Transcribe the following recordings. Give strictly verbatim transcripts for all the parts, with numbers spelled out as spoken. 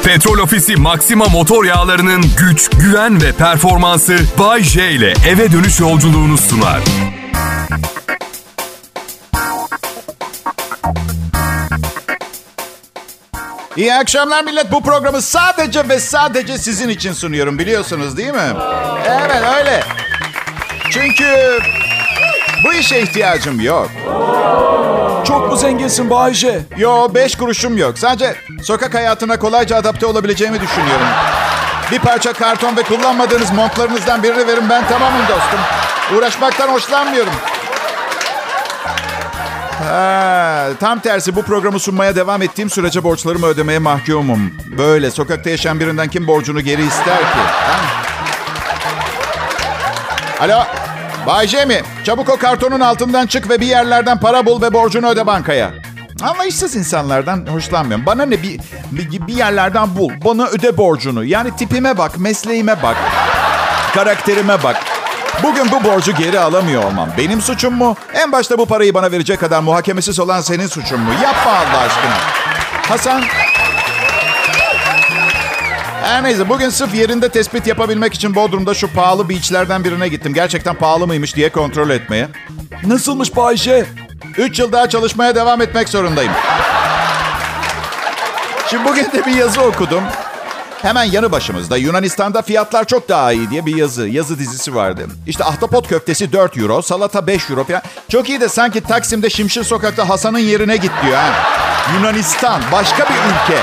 Petrol Ofisi Maxima motor yağlarının güç, güven ve performansı Bay J ile eve dönüş yolculuğunu sunar. İyi akşamlar millet. Bu programı sadece ve sadece sizin için sunuyorum, biliyorsunuz değil mi? Evet, öyle. Çünkü bu işe ihtiyacım yok. Çok mu zenginsin Bay J? Yo, beş kuruşum yok. Sadece sokak hayatına kolayca adapte olabileceğimi düşünüyorum. Bir parça karton ve kullanmadığınız montlarınızdan birini verin, ben tamamım dostum. Uğraşmaktan hoşlanmıyorum. Ha, tam tersi, bu programı sunmaya devam ettiğim sürece borçlarımı ödemeye mahkumum. Böyle sokakta yaşayan birinden kim borcunu geri ister ki? Ha? Alo, Bay J mi? Çabuk o kartonun altından çık ve bir yerlerden para bul ve borcunu öde bankaya. Anlayışsız insanlardan hoşlanmıyorum. Bana ne, bir, bir, bir yerlerden bul. Bana öde borcunu. Yani tipime bak, mesleğime bak, karakterime bak. Bugün bu borcu geri alamıyor olmam benim suçum mu? En başta bu parayı bana verecek kadar muhakemesiz olan senin suçun mu? Yapma Allah aşkına. Hasan... Her neyse, bugün sırf yerinde tespit yapabilmek için Bodrum'da şu pahalı beachlerden birine gittim. Gerçekten pahalı mıymış diye kontrol etmeye. Nasılmış Bay J? Üç yıl daha çalışmaya devam etmek zorundayım. Şimdi bugün de bir yazı okudum. Hemen yanı başımızda Yunanistan'da fiyatlar çok daha iyi diye bir yazı, yazı dizisi vardı. İşte ahtapot köftesi dört euro, salata beş euro falan. Çok iyi de sanki Taksim'de Şimşir Sokak'ta Hasan'ın yerine git diyor ha. Yunanistan başka bir ülke.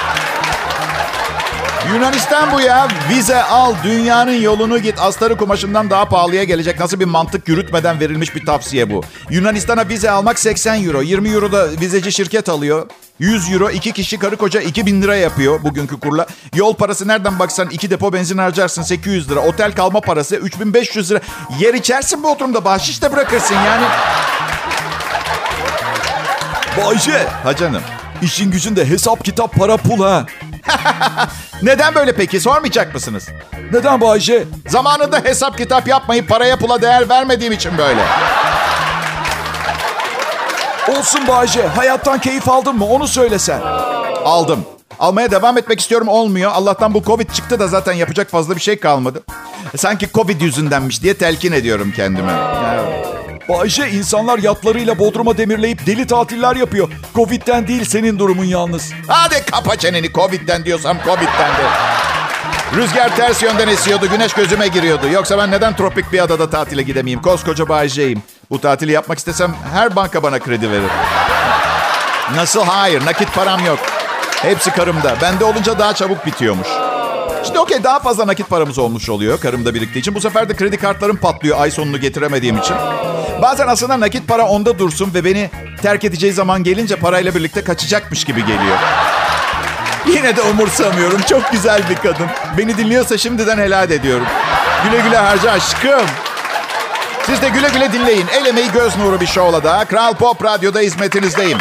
Yunanistan bu ya. Vize al, dünyanın yolunu git. Astarı kumaşından daha pahalıya gelecek. Nasıl bir mantık yürütmeden verilmiş bir tavsiye bu. Yunanistan'a vize almak seksen euro. yirmi euro da vizeci şirket alıyor. yüz euro, iki kişi karı koca iki bin lira yapıyor bugünkü kurla. Yol parası nereden baksan iki depo benzin harcarsın sekiz yüz lira. Otel kalma parası üç bin beş yüz lira. Yer içersin bu oturumda, bahşiş de bırakırsın yani. Bay J, Ha canım. işin gücünde hesap kitap para pul ha. Neden böyle peki, sormayacak mısınız? Neden Bay J? Zamanında hesap kitap yapmayıp paraya pula değer vermediğim için böyle. Olsun Bay J, hayattan keyif aldın mı onu söylesen. Aldım. Almaya devam etmek istiyorum, olmuyor. Allah'tan bu Covid çıktı da zaten yapacak fazla bir şey kalmadı. Sanki Covid yüzündenmiş diye telkin ediyorum kendime. Ya. Bay J, insanlar yatlarıyla Bodrum'a demirleyip deli tatiller yapıyor. Covid'den değil senin durumun yalnız. Hadi kapa çeneni, Covid'den diyorsam Covid'den de. Rüzgar ters yönden esiyordu, güneş gözüme giriyordu. Yoksa ben neden tropik bir adada tatile gidemeyeyim? Koskoca Bay J'yim. Bu tatili yapmak istesem her banka bana kredi verir. Nasıl hayır? Nakit param yok. Hepsi karımda. Bende olunca daha çabuk bitiyormuş. Şimdi okey, daha fazla nakit paramız olmuş oluyor karımda biriktiği için. Bu sefer de kredi kartlarım patlıyor ay sonunu getiremediğim için. Bazen aslında nakit para onda dursun ve beni terk edeceği zaman gelince parayla birlikte kaçacakmış gibi geliyor. Yine de umursamıyorum. Çok güzel bir kadın. Beni dinliyorsa şimdiden helal ediyorum. Güle güle harca aşkım. Siz de güle güle dinleyin. El emeği göz nuru bir şovla daha. Kral Pop Radyo'da hizmetinizdeyim.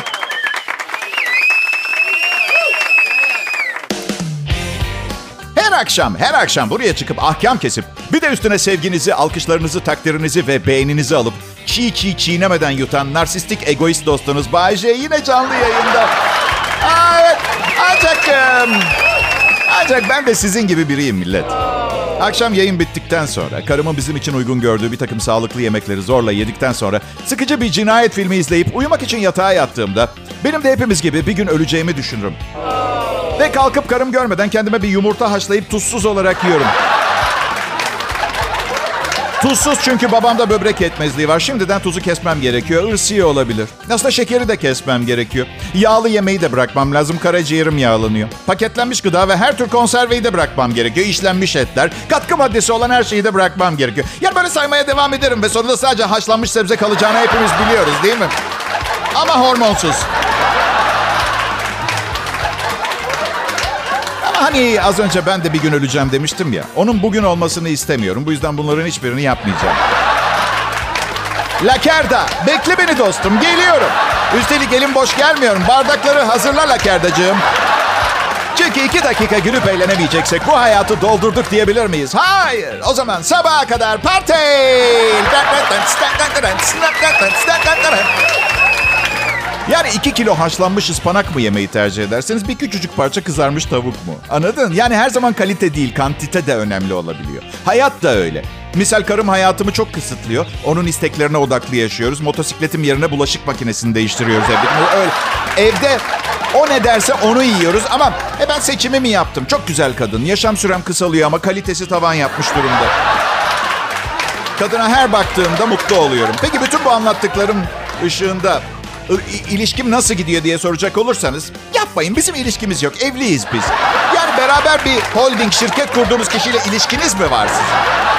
Her akşam, her akşam buraya çıkıp ahkam kesip bir de üstüne sevginizi, alkışlarınızı, takdirinizi ve beğeninizi alıp çiğ çiğ çiğnemeden yutan narsistik egoist dostunuz Bay J yine canlı yayında. Aa, evet, ancak, ancak ben de sizin gibi biriyim millet. Akşam yayın bittikten sonra, karımın bizim için uygun gördüğü bir takım sağlıklı yemekleri zorla yedikten sonra sıkıcı bir cinayet filmi izleyip uyumak için yatağa yattığımda benim de hepimiz gibi bir gün öleceğimi düşünürüm. Ve kalkıp karım görmeden kendime bir yumurta haşlayıp tuzsuz olarak yiyorum. Tuzsuz çünkü babamda böbrek yetmezliği var. Şimdiden tuzu kesmem gerekiyor. Irsiye olabilir. Aslında şekeri de kesmem gerekiyor. Yağlı yemeği de bırakmam lazım. Karaciğerim yağlanıyor. Paketlenmiş gıda ve her tür konserveyi de bırakmam gerekiyor. İşlenmiş etler, katkı maddesi olan her şeyi de bırakmam gerekiyor. Yani böyle saymaya devam ederim ve sonunda sadece haşlanmış sebze kalacağını hepimiz biliyoruz değil mi? Ama hormonsuz. Hani az önce ben de bir gün öleceğim demiştim ya. Onun bugün olmasını istemiyorum. Bu yüzden bunların hiçbirini yapmayacağım. Lakerda, bekle beni dostum, geliyorum. Üstelik elim boş gelmiyorum. Bardakları hazırla Lakerdacığım. Çünkü iki dakika gülüp eğlenemeyeceksek bu hayatı doldurduk diyebilir miyiz? Hayır. O zaman sabaha kadar party. Yani iki kilo haşlanmış ıspanak mı yemeyi tercih ederseniz bir küçücük parça kızarmış tavuk mu? Anladın? Yani her zaman kalite değil, kantite de önemli olabiliyor. Hayat da öyle. Misal karım hayatımı çok kısıtlıyor. Onun isteklerine odaklı yaşıyoruz. Motosikletim yerine bulaşık makinesini değiştiriyoruz evde. Öyle. Evde o ne derse onu yiyoruz ama e ben seçimimi yaptım. Çok güzel kadın. Yaşam sürem kısalıyor ama kalitesi tavan yapmış durumda. Kadına her baktığımda mutlu oluyorum. Peki bütün bu anlattıklarım ışığında ilişkim nasıl gidiyor diye soracak olursanız yapmayın. Bizim ilişkimiz yok. Evliyiz biz. Yani beraber bir holding şirket kurduğumuz kişiyle ilişkiniz mi var sizin?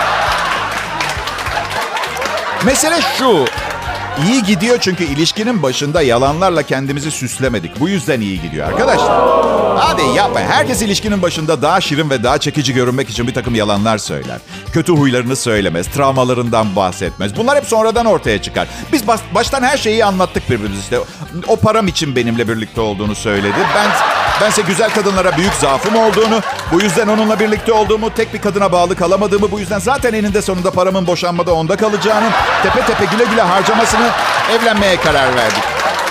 Mesele şu. İyi gidiyor çünkü ilişkinin başında yalanlarla kendimizi süslemedik. Bu yüzden iyi gidiyor arkadaşlar. Hadi yapmayın. Herkes ilişkinin başında daha şirin ve daha çekici görünmek için bir takım yalanlar söyler. Kötü huylarını söylemez, travmalarından bahsetmez. Bunlar hep sonradan ortaya çıkar. Biz baş, baştan her şeyi anlattık birbirimize. İşte o param için benimle birlikte olduğunu söyledi. Ben bense güzel kadınlara büyük zaafım olduğunu, bu yüzden onunla birlikte olduğumu, tek bir kadına bağlı kalamadığımı, bu yüzden zaten eninde sonunda paramın boşanmada onda kalacağını, tepe tepe güle güle harcamasını, evlenmeye karar verdik.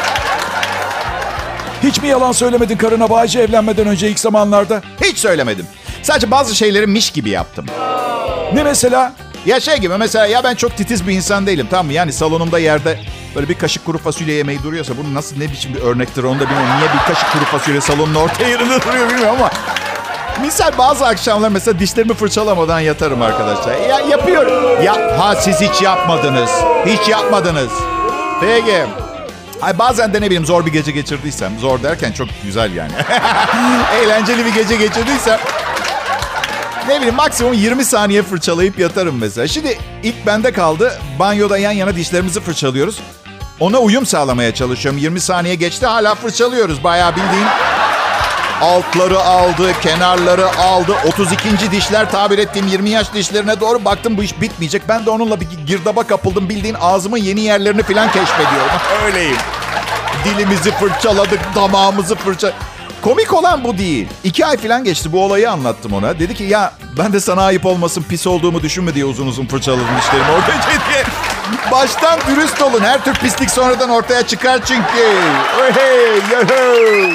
Hiç mi yalan söylemedin karına Bayce evlenmeden önce ilk zamanlarda? Hiç söylemedim. Sadece bazı şeyleri miş gibi yaptım. Ne mesela? Ya şey gibi mesela ya ben çok titiz bir insan değilim, tamam mı? Yani salonumda yerde böyle bir kaşık kuru fasulye yemeği duruyorsa bunu nasıl, ne biçim bir örnektir onu da bilmiyorum. Niye bir kaşık kuru fasulye salonun orta yerinde duruyor bilmiyorum ama. Misal bazı akşamlar mesela dişlerimi fırçalamadan yatarım arkadaşlar. Ya yapıyorum. Ya ha siz hiç yapmadınız. Hiç yapmadınız. Peki. Ay bazen de ne bileyim zor bir gece geçirdiysem, zor derken çok güzel yani. Eğlenceli bir gece geçirdiysem ne bileyim maksimum yirmi saniye fırçalayıp yatarım mesela. Şimdi ilk bende kaldı. Banyoda yan yana dişlerimizi fırçalıyoruz. Ona uyum sağlamaya çalışıyorum. yirmi saniye geçti hala fırçalıyoruz. Bayağı bildiğin altları aldı, kenarları aldı. otuz ikinci dişler tabir ettiğim yirmi yaş dişlerine doğru baktım bu iş bitmeyecek. Ben de onunla bir girdaba kapıldım. Bildiğin ağzımın yeni yerlerini falan keşfediyorum. Öyleyim. Dilimizi fırçaladık, damağımızı fırça... Komik olan bu değil. İki ay falan geçti, bu olayı anlattım ona. Dedi ki ya ben de sana ayıp olmasın, pis olduğumu düşünme diye uzun uzun fırçaladım dişlerimi orada diye. Baştan dürüst olun. Her tür pislik sonradan ortaya çıkar çünkü. Hey, yahoo.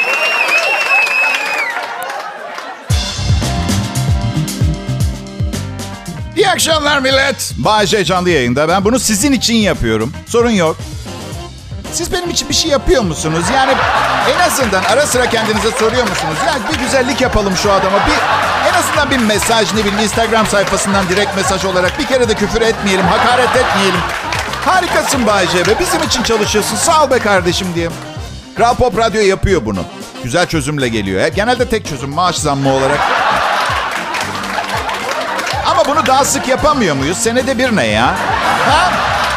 İyi akşamlar millet. Bay J canlı yayında. Ben bunu sizin için yapıyorum. Sorun yok. Siz benim için bir şey yapıyor musunuz? Yani en azından ara sıra kendinize soruyor musunuz? Yani bir güzellik yapalım şu adama. Bir, en azından bir mesaj, ne bileyim Instagram sayfasından direkt mesaj olarak bir kere de küfür etmeyelim, hakaret etmeyelim. Harikasın Bay J be. Bizim için çalışıyorsun. Sağ ol be kardeşim diye. Kral Pop Radyo yapıyor bunu. Güzel çözümle geliyor. Genelde tek çözüm maaş zammı olarak. Ama bunu daha sık yapamıyor muyuz? Senede bir ne ya? Ha?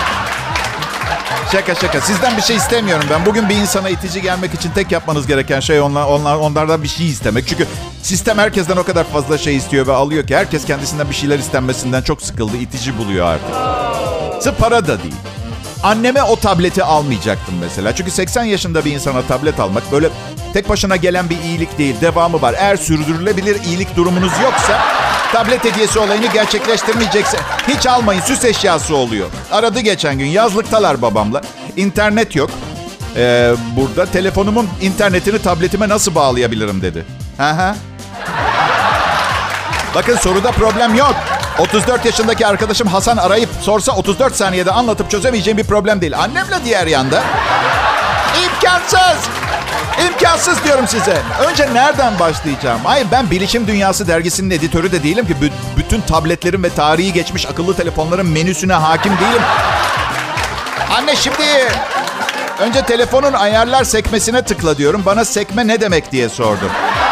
Şaka şaka. Sizden bir şey istemiyorum ben. Bugün bir insana itici gelmek için tek yapmanız gereken şey onlar, onlar, onlardan bir şey istemek. Çünkü sistem herkesten o kadar fazla şey istiyor ve alıyor ki herkes kendisinden bir şeyler istenmesinden çok sıkıldı. İtici buluyor artık. Sırf para da değil. Anneme o tableti almayacaktım mesela. Çünkü seksen yaşında bir insana tablet almak böyle tek başına gelen bir iyilik değil. Devamı var. Eğer sürdürülebilir iyilik durumunuz yoksa tablet hediyesi olayını gerçekleştirmeyecekse hiç almayın. Süs eşyası oluyor. Aradı geçen gün. Yazlıktalar babamla. İnternet yok. Ee, burada telefonumun internetini tabletime nasıl bağlayabilirim dedi. Aha. Bakın soruda problem yok. otuz dört yaşındaki arkadaşım Hasan arayıp sorsa otuz dört saniyede anlatıp çözemeyeceğim bir problem değil. Annemle diğer yanda imkansız. İmkansız diyorum size. Önce nereden başlayacağım? Hayır ben Bilişim Dünyası dergisinin editörü de değilim ki. B- bütün tabletlerin ve tarihi geçmiş akıllı telefonların menüsüne hakim değilim. Anne şimdi önce telefonun ayarlar sekmesine tıkla diyorum. Bana sekme ne demek diye sordu.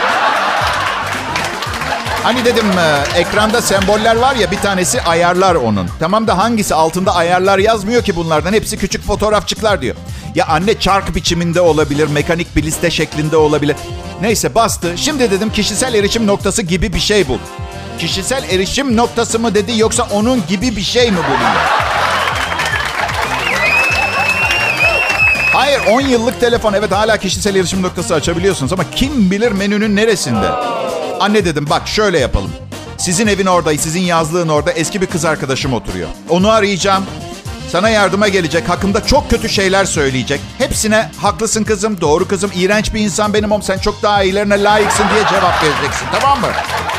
Hani dedim ekranda semboller var ya, bir tanesi ayarlar onun. Tamam da hangisi? Altında ayarlar yazmıyor ki bunlardan. Hepsi küçük fotoğrafçıklar diyor. Ya anne çark biçiminde olabilir, mekanik bir liste şeklinde olabilir. Neyse bastı. Şimdi dedim kişisel erişim noktası gibi bir şey bul. Kişisel erişim noktası mı dedi yoksa onun gibi bir şey mi bulayım? Hayır on yıllık telefon. Evet hala kişisel erişim noktası açabiliyorsunuz ama kim bilir menünün neresinde? Anne dedim bak şöyle yapalım. Sizin evin orada, sizin yazlığın orada eski bir kız arkadaşım oturuyor. Onu arayacağım. Sana yardıma gelecek, hakkında çok kötü şeyler söyleyecek. Hepsine haklısın kızım, doğru kızım, iğrenç bir insan benim om, sen çok daha iyilerine layıksın diye cevap vereceksin, tamam mı?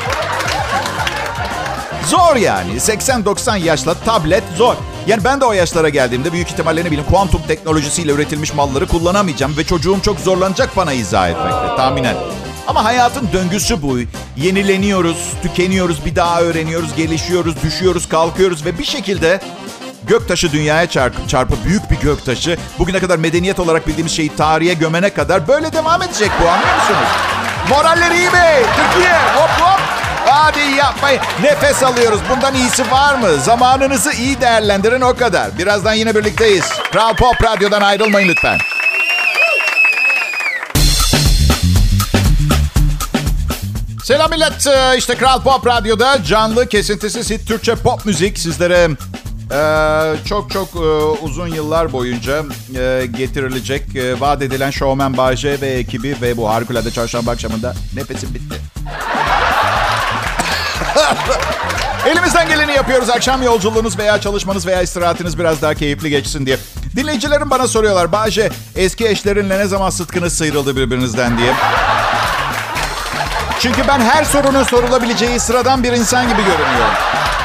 Zor yani. seksen doksan yaşla tablet zor. Yani ben de o yaşlara geldiğimde büyük ihtimalle ne bileyim kuantum teknolojisiyle üretilmiş malları kullanamayacağım ve çocuğum çok zorlanacak bana izah etmekte tahminen. Ama hayatın döngüsü bu. Yenileniyoruz, tükeniyoruz, bir daha öğreniyoruz, gelişiyoruz, düşüyoruz, kalkıyoruz ve bir şekilde göktaşı dünyaya çarp, çarpı büyük bir göktaşı bugüne kadar medeniyet olarak bildiğimiz şeyi tarihe gömene kadar böyle devam edecek bu, anlıyor musunuz? Moralleri iyi mi? Türkiye hop hop. Hadi yapmayın. Nefes alıyoruz. Bundan iyisi var mı? Zamanınızı iyi değerlendirin, o kadar. Birazdan yine birlikteyiz. Kral Pop Radyo'dan ayrılmayın lütfen. Selam millet. İşte Kral Pop Radyo'da canlı, kesintisiz hit Türkçe pop müzik sizlere e, çok çok e, uzun yıllar boyunca e, getirilecek. E, vaat edilen Showman Bay J ve ekibi ve bu harikulade çarşamba akşamında nefesim bitti. Elimizden geleni yapıyoruz. Akşam yolculuğunuz veya çalışmanız veya istirahatiniz biraz daha keyifli geçsin diye. Dinleyicilerim bana soruyorlar. Bay J, eski eşlerinle ne zaman sıtkınız sıyrıldı birbirinizden diye. Çünkü ben her sorunun sorulabileceği sıradan bir insan gibi görünüyorum.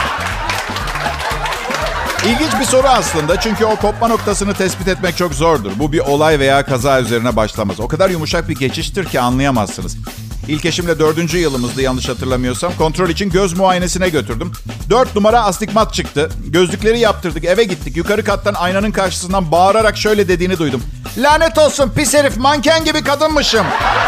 İlginç bir soru aslında. Çünkü o kopma noktasını tespit etmek çok zordur. Bu bir olay veya kaza üzerine başlamaz. O kadar yumuşak bir geçiştir ki anlayamazsınız. İlk eşimle dördüncü yılımızdı yanlış hatırlamıyorsam. Kontrol için göz muayenesine götürdüm. Dört numara astigmat çıktı. Gözlükleri yaptırdık, eve gittik. Yukarı kattan aynanın karşısından bağırarak şöyle dediğini duydum. Lanet olsun pis herif, manken gibi kadınmışım.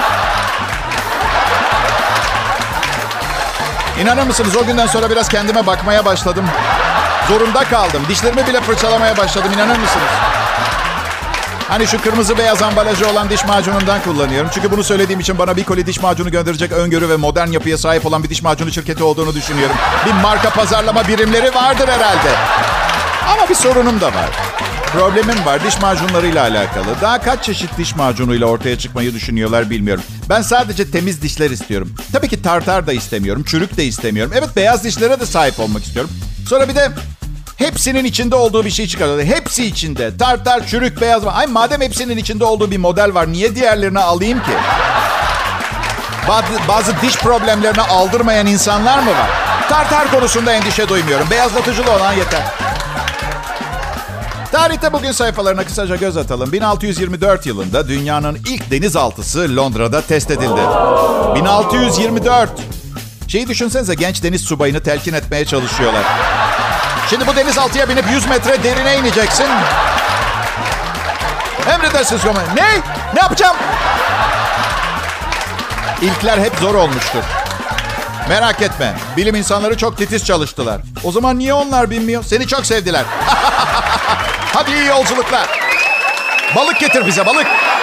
İnanır mısınız, o günden sonra biraz kendime bakmaya başladım. Zorunda kaldım. Dişlerimi bile fırçalamaya başladım, inanır mısınız? Hani şu kırmızı beyaz ambalajı olan diş macunundan kullanıyorum. Çünkü bunu söylediğim için bana bir koli diş macunu gönderecek öngörü ve modern yapıya sahip olan bir diş macunu şirketi olduğunu düşünüyorum. Bir marka pazarlama birimleri vardır herhalde. Ama bir sorunum da var. Problemim var diş macunlarıyla alakalı. Daha kaç çeşit diş macunuyla ortaya çıkmayı düşünüyorlar bilmiyorum. Ben sadece temiz dişler istiyorum. Tabii ki tartar da istemiyorum, çürük de istemiyorum. Evet, beyaz dişlere de sahip olmak istiyorum. Sonra bir de hepsinin içinde olduğu bir şey çıkarıyor. Hepsi içinde. Tartar, çürük, beyaz. Ay madem hepsinin içinde olduğu bir model var, niye diğerlerini alayım ki? Bazı, bazı diş problemlerine aldırmayan insanlar mı var? Tartar konusunda endişe duymuyorum. Beyazlatıcılı olan yeter. Tarihte bugün sayfalarına kısaca göz atalım. bin altı yüz yirmi dört yılında dünyanın ilk denizaltısı Londra'da test edildi. bin altı yüz yirmi dört. Şeyi düşünsenize, genç deniz subayını telkin etmeye çalışıyorlar. Şimdi bu denizaltıya binip yüz metre derine ineceksin. Emredersiniz komutanım. Ne? Ne yapacağım? İlkler hep zor olmuştur. Merak etme. Bilim insanları çok titiz çalıştılar. O zaman niye onlar binmiyor? Seni çok sevdiler. Hadi iyi yolculuklar. Balık getir bize, balık.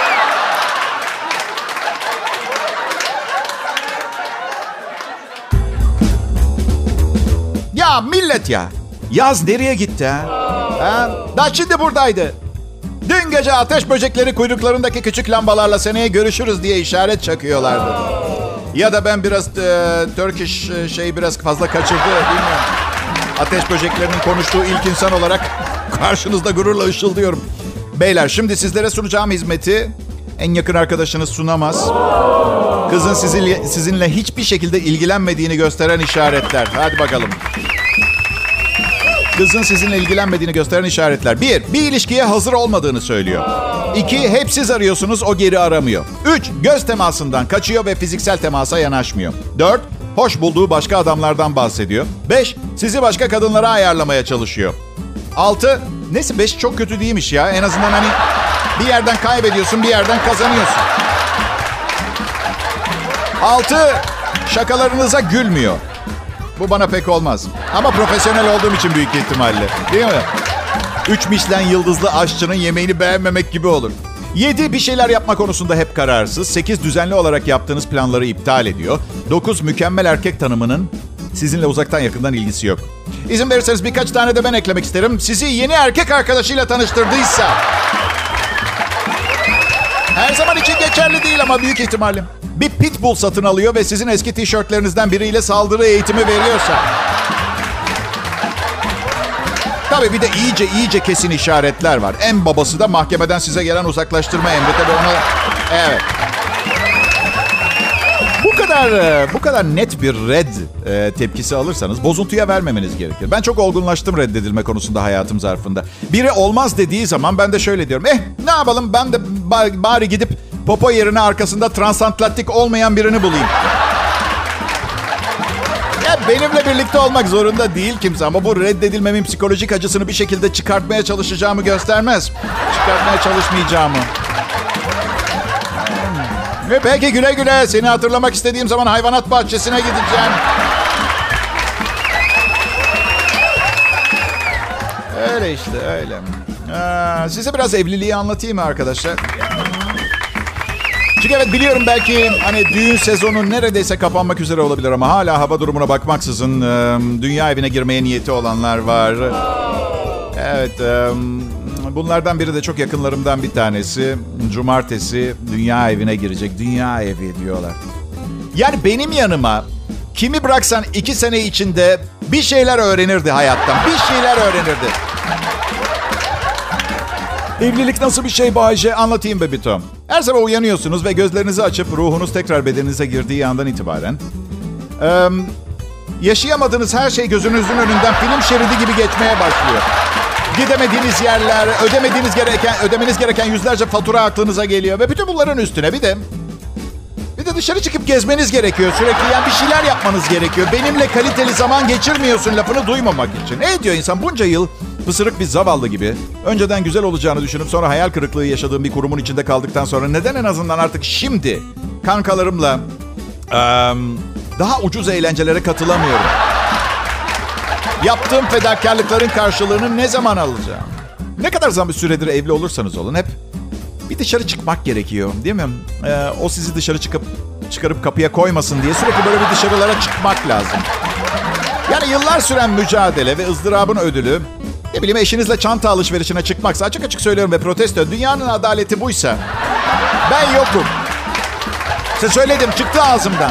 Ya millet ya. Yaz nereye gitti ha? ha? Daha şimdi buradaydı. Dün gece ateş böcekleri kuyruklarındaki küçük lambalarla seneye görüşürüz diye işaret çakıyorlardı. Ya da ben biraz e, Turkish e, şeyi biraz fazla kaçırdı, bilmiyorum. Ateş böceklerinin konuştuğu ilk insan olarak karşınızda gururla ışıldıyorum. Beyler, şimdi sizlere sunacağım hizmeti en yakın arkadaşınız sunamaz. Kızın sizinle, sizinle hiçbir şekilde ilgilenmediğini gösteren işaretler. Hadi bakalım. Kızın sizinle ilgilenmediğini gösteren işaretler. Bir, bir ilişkiye hazır olmadığını söylüyor. İki, hep siz arıyorsunuz, o geri aramıyor. Üç, göz temasından kaçıyor ve fiziksel temasa yanaşmıyor. Dört, hoş bulduğu başka adamlardan bahsediyor. Beş, sizi başka kadınlara ayarlamaya çalışıyor. Altı, neyse beş çok kötü değilmiş ya. En azından hani bir yerden kaybediyorsun, bir yerden kazanıyorsun. Altı, şakalarınıza gülmüyor. Bu bana pek olmaz. Ama profesyonel olduğum için büyük ihtimalle. Değil mi? Üç Michelin yıldızlı aşçının yemeğini beğenmemek gibi olur. Yedi, bir şeyler yapma konusunda hep kararsız. Sekiz, düzenli olarak yaptığınız planları iptal ediyor. Dokuz, mükemmel erkek tanımının sizinle uzaktan yakından ilgisi yok. İzin verirseniz birkaç tane de ben eklemek isterim. Sizi yeni erkek arkadaşıyla tanıştırdıysa. Her zaman için geçerli değil ama büyük ihtimalle. Bir pitbull satın alıyor ve sizin eski tişörtlerinizden biriyle saldırı eğitimi veriyorsa. Tabii bir de iyice iyice kesin işaretler var. En babası da mahkemeden size gelen uzaklaştırma emri. Tabii ona... Evet. Bu kadar bu kadar net bir red e, tepkisi alırsanız bozuntuya vermemeniz gerekir. Ben çok olgunlaştım reddedilme konusunda hayatım zarfında. Biri olmaz dediği zaman ben de şöyle diyorum. Eh ne yapalım, ben de bari gidip popo yerine arkasında transatlantik olmayan birini bulayım. Ya benimle birlikte olmak zorunda değil kimse ama bu reddedilmemin psikolojik acısını bir şekilde çıkartmaya çalışacağımı göstermez. Çıkartmaya çalışmayacağımı. Ve peki güle güle. Seni hatırlamak istediğim zaman hayvanat bahçesine gideceğim. Öyle işte öyle. Aa, size biraz evliliği anlatayım mı arkadaşlar? Çünkü evet biliyorum belki hani düğün sezonu neredeyse kapanmak üzere olabilir ama hala hava durumuna bakmaksızın e, dünya evine girmeye niyeti olanlar var. Evet, e, bunlardan biri de çok yakınlarımdan bir tanesi. Cumartesi dünya evine girecek. Dünya evi diyorlar. Yani benim yanıma kimi bıraksan iki sene içinde bir şeyler öğrenirdi hayattan. Bir şeyler öğrenirdi. Evlilik nasıl bir şey Bay J? Anlatayım Baby Tom. Her sabah uyanıyorsunuz ve gözlerinizi açıp ruhunuz tekrar bedeninize girdiği andan itibaren Ee, yaşayamadığınız her şey gözünüzün önünden film şeridi gibi geçmeye başlıyor. Gidemediğiniz yerler, ödemediğiniz gereken, ödemeniz gereken yüzlerce fatura aklınıza geliyor. Ve bütün bunların üstüne bir de bir de dışarı çıkıp gezmeniz gerekiyor sürekli. Yani bir şeyler yapmanız gerekiyor. Benimle kaliteli zaman geçirmiyorsun lafını duymamak için. Ne diyor insan bunca yıl pısırık bir zavallı gibi önceden güzel olacağını düşünüp sonra hayal kırıklığı yaşadığım bir kurumun içinde kaldıktan sonra neden en azından artık şimdi kankalarımla um, daha ucuz eğlencelere katılamıyorum? Yaptığım fedakarlıkların karşılığını ne zaman alacağım? Ne kadar zaman bir süredir evli olursanız olun hep bir dışarı çıkmak gerekiyor değil mi? Ee, o sizi dışarı çıkıp çıkarıp kapıya koymasın diye sürekli böyle bir dışarılara çıkmak lazım. Yani yıllar süren mücadele ve ızdırabın ödülü ne bileyim eşinizle çanta alışverişine çıkmaksa açık açık söylüyorum ve protesto. Dünyanın adaleti buysa ben yokum. Size söyledim çıktı ağzımdan.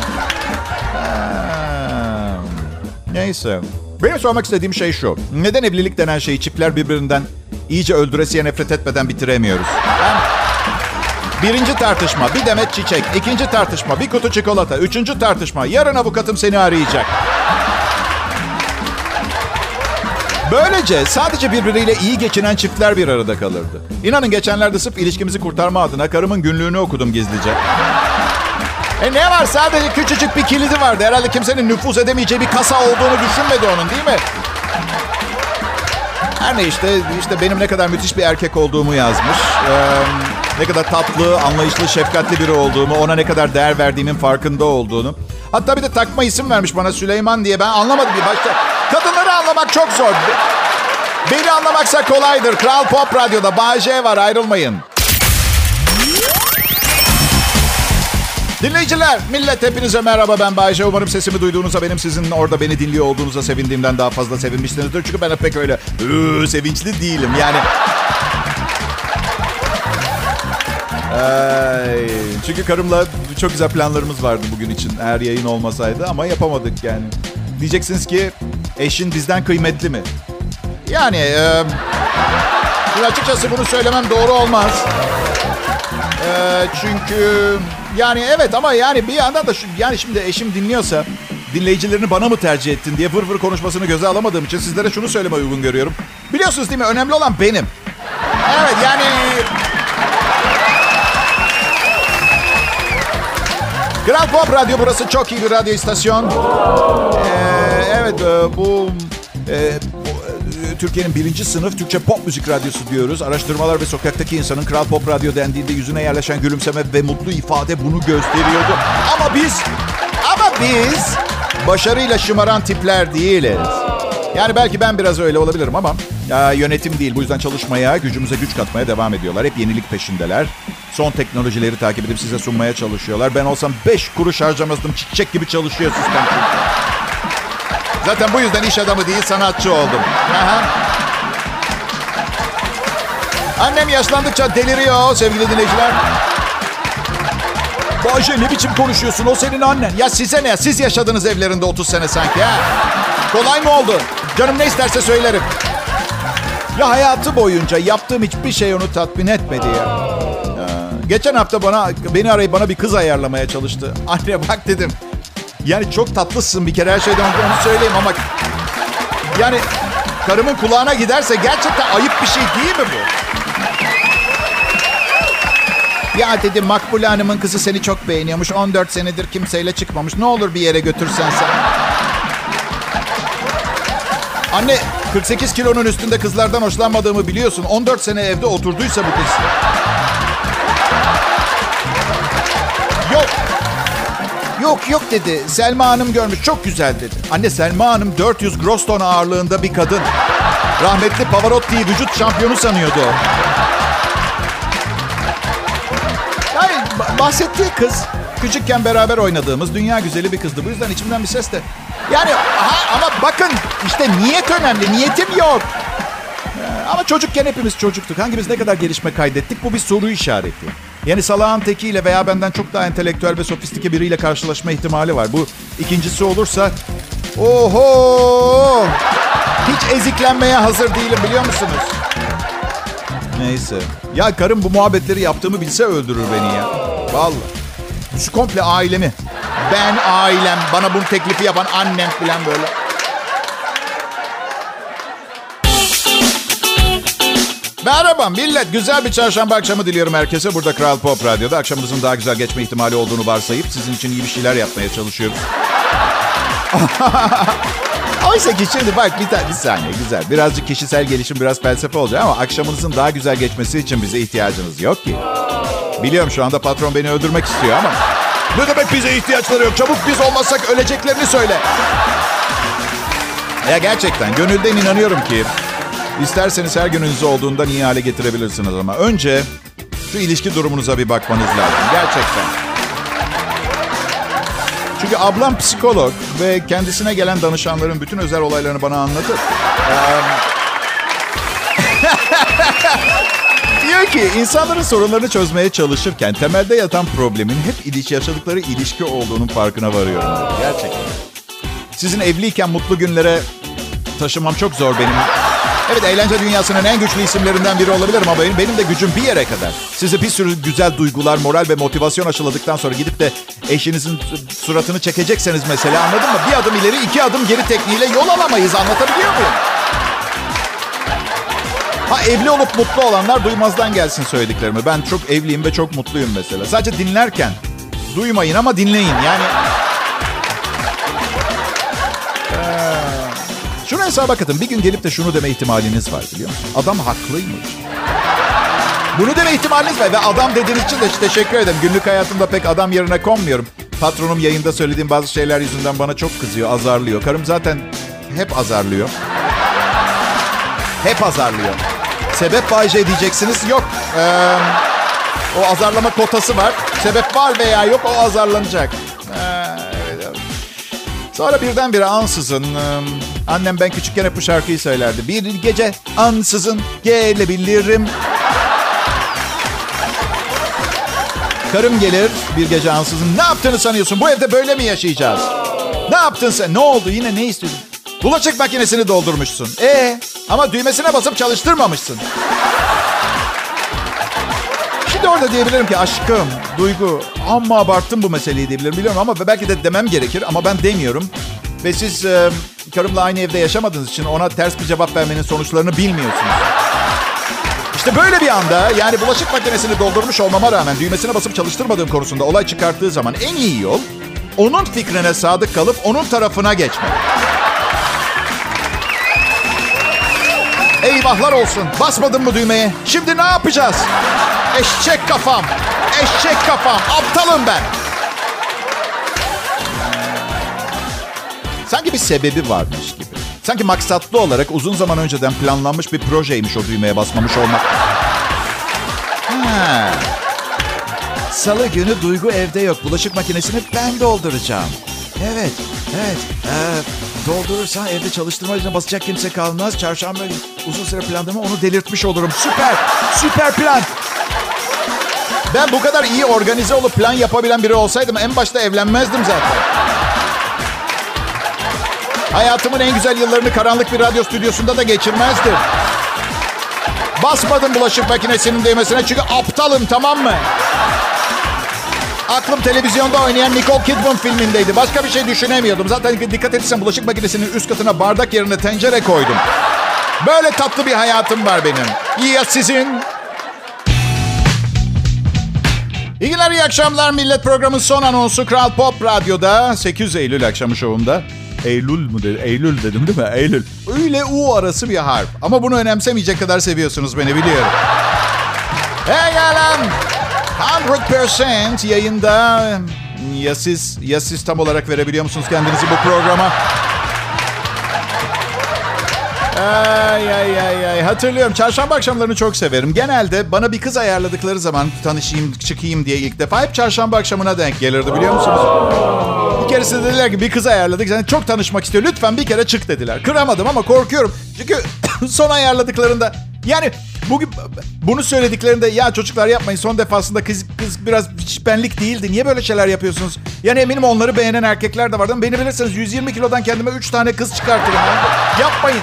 Ee, neyse. Benim sormak istediğim şey şu. Neden evlilik denen şeyi çiftler birbirinden iyice öldüresiye nefret etmeden bitiremiyoruz? Ben... Birinci tartışma bir demet çiçek. İkinci tartışma bir kutu çikolata. Üçüncü tartışma yarın avukatım seni arayacak. Böylece sadece birbiriyle iyi geçinen çiftler bir arada kalırdı. İnanın geçenlerde sırf ilişkimizi kurtarma adına karımın günlüğünü okudum gizlice. E ne var, sadece küçücük bir kilidi vardı. Herhalde kimsenin nüfuz edemeyeceği bir kasa olduğunu düşünmedi onun, değil mi? Her ne işte, işte benim ne kadar müthiş bir erkek olduğumu yazmış. Ee, ne kadar tatlı, anlayışlı, şefkatli biri olduğumu, ona ne kadar değer verdiğimin farkında olduğunu. Hatta bir de takma isim vermiş bana Süleyman diye. Ben anlamadım bir başta. Kadınları anlamak çok zor. Beni anlamaksa kolaydır. Kral Pop Radyo'da Bay J var, ayrılmayın. Dinleyiciler, millet hepinize merhaba, ben Bay J. Umarım sesimi duyduğunuzda benim sizin orada beni dinliyor olduğunuza sevindiğimden daha fazla sevinmişsinizdir. Çünkü ben pek öyle ıı, sevinçli değilim. Yani... Ay, çünkü karımla çok güzel planlarımız vardı bugün için eğer yayın olmasaydı ama yapamadık yani. Diyeceksiniz ki eşin bizden kıymetli mi? Yani e, açıkçası bunu söylemem doğru olmaz. E, çünkü yani evet ama yani bir yandan da şu, yani şimdi eşim dinliyorsa dinleyicilerini bana mı tercih ettin diye vır vır konuşmasını göze alamadığım için sizlere şunu söylemeye uygun görüyorum. Biliyorsunuz değil mi? Önemli olan benim. Evet yani... Kral Pop Radyo, burası çok iyi bir radyo istasyon. Ee, evet bu, e, bu Türkiye'nin birinci sınıf Türkçe pop müzik radyosu diyoruz. Araştırmalar ve sokaktaki insanın Kral Pop Radyo dendiğinde yüzüne yerleşen gülümseme ve mutlu ifade bunu gösteriyordu. Ama biz, ama biz başarıyla şımaran tipler değiliz. Yani belki ben biraz öyle olabilirim ama ya, yönetim değil. Bu yüzden çalışmaya, gücümüze güç katmaya devam ediyorlar. Hep yenilik peşindeler. Son teknolojileri takip edip size sunmaya çalışıyorlar. Ben olsam beş kuruş harcamazdım. Çiçek gibi çalışıyor sistem. Zaten bu yüzden iş adamı değil, sanatçı oldum. Aha. Annem yaşlandıkça deliriyor sevgili dinleyiciler. Bayce ne biçim konuşuyorsun? O senin annen. Ya size ne? Siz yaşadınız evlerinde otuz sene sanki ha. Kolay mı oldu? Canım ne isterse söylerim. Ya hayatı boyunca yaptığım hiçbir şey onu tatmin etmedi ya. ya. Geçen hafta bana beni arayıp bana bir kız ayarlamaya çalıştı. Anne bak dedim. Yani çok tatlısın bir kere, her şeyden önce onu söyleyeyim ama... Yani karımın kulağına giderse gerçekten ayıp bir şey değil mi bu? Ya dedim, Makbule Hanım'ın kızı seni çok beğeniyormuş. on dört senedir kimseyle çıkmamış. Ne olur bir yere götürsen sen. Anne, kırk sekiz kilonun üstünde kızlardan hoşlanmadığımı biliyorsun. on dört sene evde oturduysa bu kız. Yok. Yok yok dedi. Selma Hanım görmüş. Çok güzel dedi. Anne, Selma Hanım dört yüz gross ton ağırlığında bir kadın. Rahmetli Pavarotti'yi vücut şampiyonu sanıyordu o. Yani bahsettiği kız küçükken beraber oynadığımız dünya güzeli bir kızdı. Bu yüzden içimden bir ses de... Yani aha, ama bakın işte niyet önemli. Niyetim yok. Ama çocukken hepimiz çocuktuk. Hangimiz ne kadar gelişme kaydettik? Bu bir soru işareti. Yani salağın tekiyle veya benden çok daha entelektüel ve sofistike biriyle karşılaşma ihtimali var. Bu ikincisi olursa... Oho! Hiç eziklenmeye hazır değilim, biliyor musunuz? Neyse. Ya karım bu muhabbetleri yaptığımı bilse öldürür beni ya. Vallahi. Şu komple ailemi. Ben, ailem, bana bunu teklifi yapan annem falan böyle. Merhaba millet. Güzel bir çarşamba akşamı diliyorum herkese. Burada Kral Pop Radyo'da akşamınızın daha güzel geçme ihtimali olduğunu varsayıp sizin için iyi bir şeyler yapmaya çalışıyorum. Oysa ki şimdi bak bir, ta- bir saniye güzel. Birazcık kişisel gelişim, biraz felsefe olacak ama akşamınızın daha güzel geçmesi için bize ihtiyacınız yok ki. Biliyorum şu anda patron beni öldürmek istiyor ama... Ne demek bize ihtiyaçları yok? Çabuk biz olmazsak öleceklerini söyle. Ya gerçekten gönülden inanıyorum ki... İsterseniz her gününüzü olduğundan iyi hale getirebilirsiniz ama önce şu ilişki durumunuza bir bakmanız lazım. Gerçekten. Çünkü ablam psikolog ve kendisine gelen danışanların bütün özel olaylarını bana anlatır. Diyor ki insanların sorunlarını çözmeye çalışırken temelde yatan problemin hep ilişki yaşadıkları ilişki olduğunun farkına varıyorum. Gerçekten. Sizin evliyken mutlu günlere taşımam çok zor benim. Evet, eğlence dünyasının en güçlü isimlerinden biri olabilirim ama benim, benim de gücüm bir yere kadar. Size bir sürü güzel duygular, moral ve motivasyon aşıladıktan sonra gidip de eşinizin suratını çekecekseniz mesela, anladın mı? Bir adım ileri, iki adım geri tekniğiyle yol alamayız. Anlatabiliyor muyum? Ha, evli olup mutlu olanlar duymazdan gelsin söylediklerimi. Ben çok evliyim ve çok mutluyum mesela. Sadece dinlerken duymayın ama dinleyin. Yani... Şuna hesaba katın. Bir gün gelip de şunu deme ihtimaliniz var, biliyor musun? Adam haklıymış. Bunu deme ihtimaliniz var ve adam dediğiniz için de teşekkür ederim. Günlük hayatımda pek adam yerine konmuyorum. Patronum yayında söylediğim bazı şeyler yüzünden bana çok kızıyor, azarlıyor. Karım zaten hep azarlıyor. Hep azarlıyor. Sebep Bay J diyeceksiniz. Yok. Ee, o azarlama kotası var. Sebep var veya yok, o azarlanacak. Ee, Sonra birdenbire ansızın... Ee, annem ben küçükken hep bu şarkıyı söylerdi. Bir gece ansızın gelebilirim. Karım gelir bir gece ansızın. Ne yaptığını sanıyorsun? Bu evde böyle mi yaşayacağız? Ne yaptın sen? Ne oldu? Yine ne istedin? Bulaşık makinesini doldurmuşsun. Ee, ama düğmesine basıp çalıştırmamışsın. Şimdi orada diyebilirim ki aşkım, Duygu, amma abarttım bu meseleyi diyebilirim, biliyorum ama belki de demem gerekir ama ben demiyorum. Ve siz e, karımla aynı evde yaşamadığınız için ona ters bir cevap vermenin sonuçlarını bilmiyorsunuz. İşte böyle bir anda, yani bulaşık makinesini doldurmuş olmama rağmen düğmesine basıp çalıştırmadığım konusunda olay çıkarttığı zaman en iyi yol onun fikrine sadık kalıp onun tarafına geçmek. Eyvahlar olsun. Basmadın mı düğmeye? Şimdi ne yapacağız? Eşek kafam. Eşek kafam. Aptalım ben. Sanki bir sebebi varmış gibi. Sanki maksatlı olarak uzun zaman önceden planlanmış bir projeymiş o düğmeye basmamış olmak. Ha. Salı günü Duygu evde yok. Bulaşık makinesini ben dolduracağım. Evet, evet. Ee, doldurursan evde çalıştırma için basacak kimse kalmaz. Çarşamba uzun süre planladığımı onu delirtmiş olurum. Süper, süper plan. Ben bu kadar iyi organize olup plan yapabilen biri olsaydım en başta evlenmezdim zaten. Hayatımın en güzel yıllarını karanlık bir radyo stüdyosunda da geçirmezdim. Basmadım bulaşık makinesinin düğmesine çünkü aptalım, tamam mı? Aklım televizyonda oynayan Nicole Kidman filmindeydi. Başka bir şey düşünemiyordum. Zaten dikkat etsen bulaşık makinesinin üst katına bardak yerine tencere koydum. Böyle tatlı bir hayatım var benim. Ya sizin? İyi günler, iyi akşamlar millet. Programın son anonsu Kral Pop Radyo'da. sekiz Eylül akşamı şovumda. Eylül mü dedi? Eylül dedim değil mi? Eylül. Öyle U arası bir harf. Ama bunu önemsemeyecek kadar seviyorsunuz beni, biliyorum. Hey yalan. yüz procent yayında. Ya siz, ya siz tam olarak verebiliyor musunuz kendinizi bu programa? Ay ay ay ay. Hatırlıyorum. Çarşamba akşamlarını çok severim. Genelde bana bir kız ayarladıkları zaman tanışayım, çıkayım diye ilk defa hep çarşamba akşamına denk gelirdi, biliyor musunuz? Bir keresinde dediler ki bir kız ayarladık. Yani çok tanışmak istiyor. Lütfen bir kere çık dediler. Kıramadım ama korkuyorum. Çünkü son ayarladıklarında yani bugün bunu söylediklerinde ya çocuklar yapmayın, son defasında kız, kız biraz hiç benlik değildi. Niye böyle şeyler yapıyorsunuz? Yani eminim onları beğenen erkekler de vardı. Ama beni bilirseniz yüz yirmi kilodan kendime üç tane kız çıkartırım. Yani yapmayın.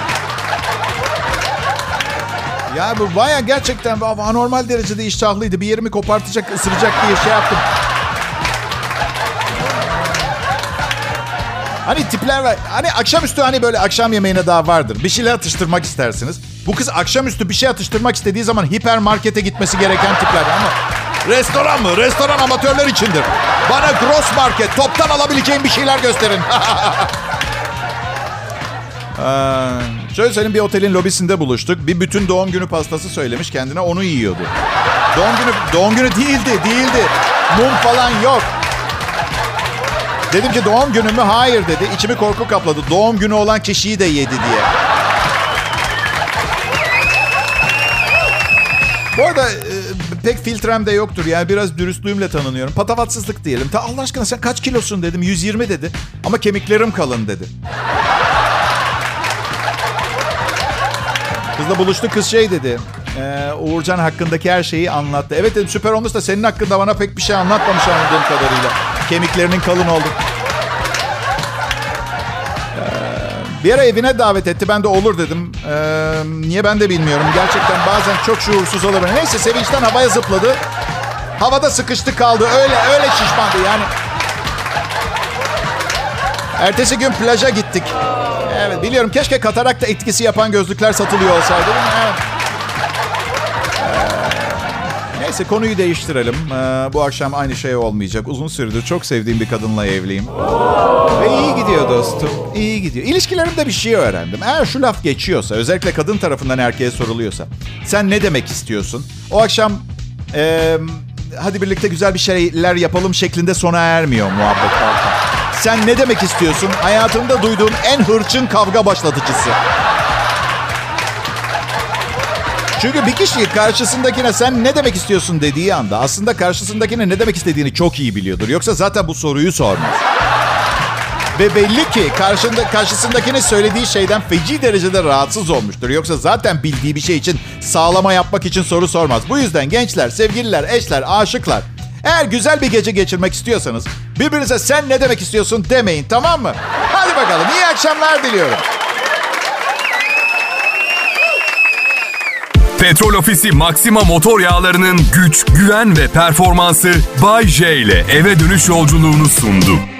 Ya bu baya gerçekten anormal derecede iştahlıydı. Bir yerimi kopartacak, ısıracak diye şey yaptım. Hani tipler var. Hani akşamüstü hani böyle akşam yemeğine daha vardır. Bir şeyler atıştırmak istersiniz. Bu kız akşamüstü bir şey atıştırmak istediği zaman hipermarkete gitmesi gereken tipler. Ama restoran mı? Restoran amatörler içindir. Bana gross market, toptan alabileceğim bir şeyler gösterin. Ee, şöyle söyleyeyim, bir otelin lobisinde buluştuk. Bir bütün doğum günü pastası söylemiş kendine, onu yiyordu. Doğum günü doğum günü değildi, değildi. Mum falan yok. Dedim ki doğum günü mü? Hayır dedi. İçimi korku kapladı. Doğum günü olan kişiyi de yedi diye. Bu arada e, pek filtrem de yoktur. Yani biraz dürüstlüğümle tanınıyorum. Patavatsızlık diyelim. Ta Allah aşkına sen kaç kilosun dedim. yüz yirmi dedi. Ama kemiklerim kalın dedi. Kızla buluştu, kız şey dedi. Ee, Uğurcan hakkındaki her şeyi anlattı. Evet dedim, süper olmuş da senin hakkında bana pek bir şey anlatmamış anladığım kadarıyla. Kemiklerinin kalın oldu. Ee, bir ara evine davet etti. Ben de olur dedim. Ee, niye ben de bilmiyorum. Gerçekten bazen çok şuursuz olabilir. Neyse sevinçten havaya zıpladı. Havada sıkıştı kaldı. Öyle öyle şişmandı yani. Ertesi gün plaja gittik. Evet biliyorum, keşke katarakta etkisi yapan gözlükler satılıyor olsaydı. Evet. Ee, neyse konuyu değiştirelim. Ee, bu akşam aynı şey olmayacak. Uzun süredir çok sevdiğim bir kadınla evliyim. Ve iyi gidiyor dostum. İyi gidiyor. İlişkilerimde bir şey öğrendim. Eğer şu laf geçiyorsa, özellikle kadın tarafından erkeğe soruluyorsa, sen ne demek istiyorsun? O akşam e, hadi birlikte güzel bir şeyler yapalım şeklinde sona ermiyor muhabbet falan. Sen ne demek istiyorsun? Hayatımda duyduğum en hırçın kavga başlatıcısı. Çünkü bir kişi karşısındakine sen ne demek istiyorsun dediği anda aslında karşısındakine ne demek istediğini çok iyi biliyordur. Yoksa zaten bu soruyu sormaz. Ve belli ki karşında, karşısındakine söylediği şeyden feci derecede rahatsız olmuştur. Yoksa zaten bildiği bir şey için sağlama yapmak için soru sormaz. Bu yüzden gençler, sevgililer, eşler, aşıklar, eğer güzel bir gece geçirmek istiyorsanız birbirinize sen ne demek istiyorsun demeyin, tamam mı? Hadi bakalım, iyi akşamlar diliyorum. Petrol Ofisi Maxima motor yağlarının güç, güven ve performansı Bay J ile eve dönüş yolculuğunu sundu.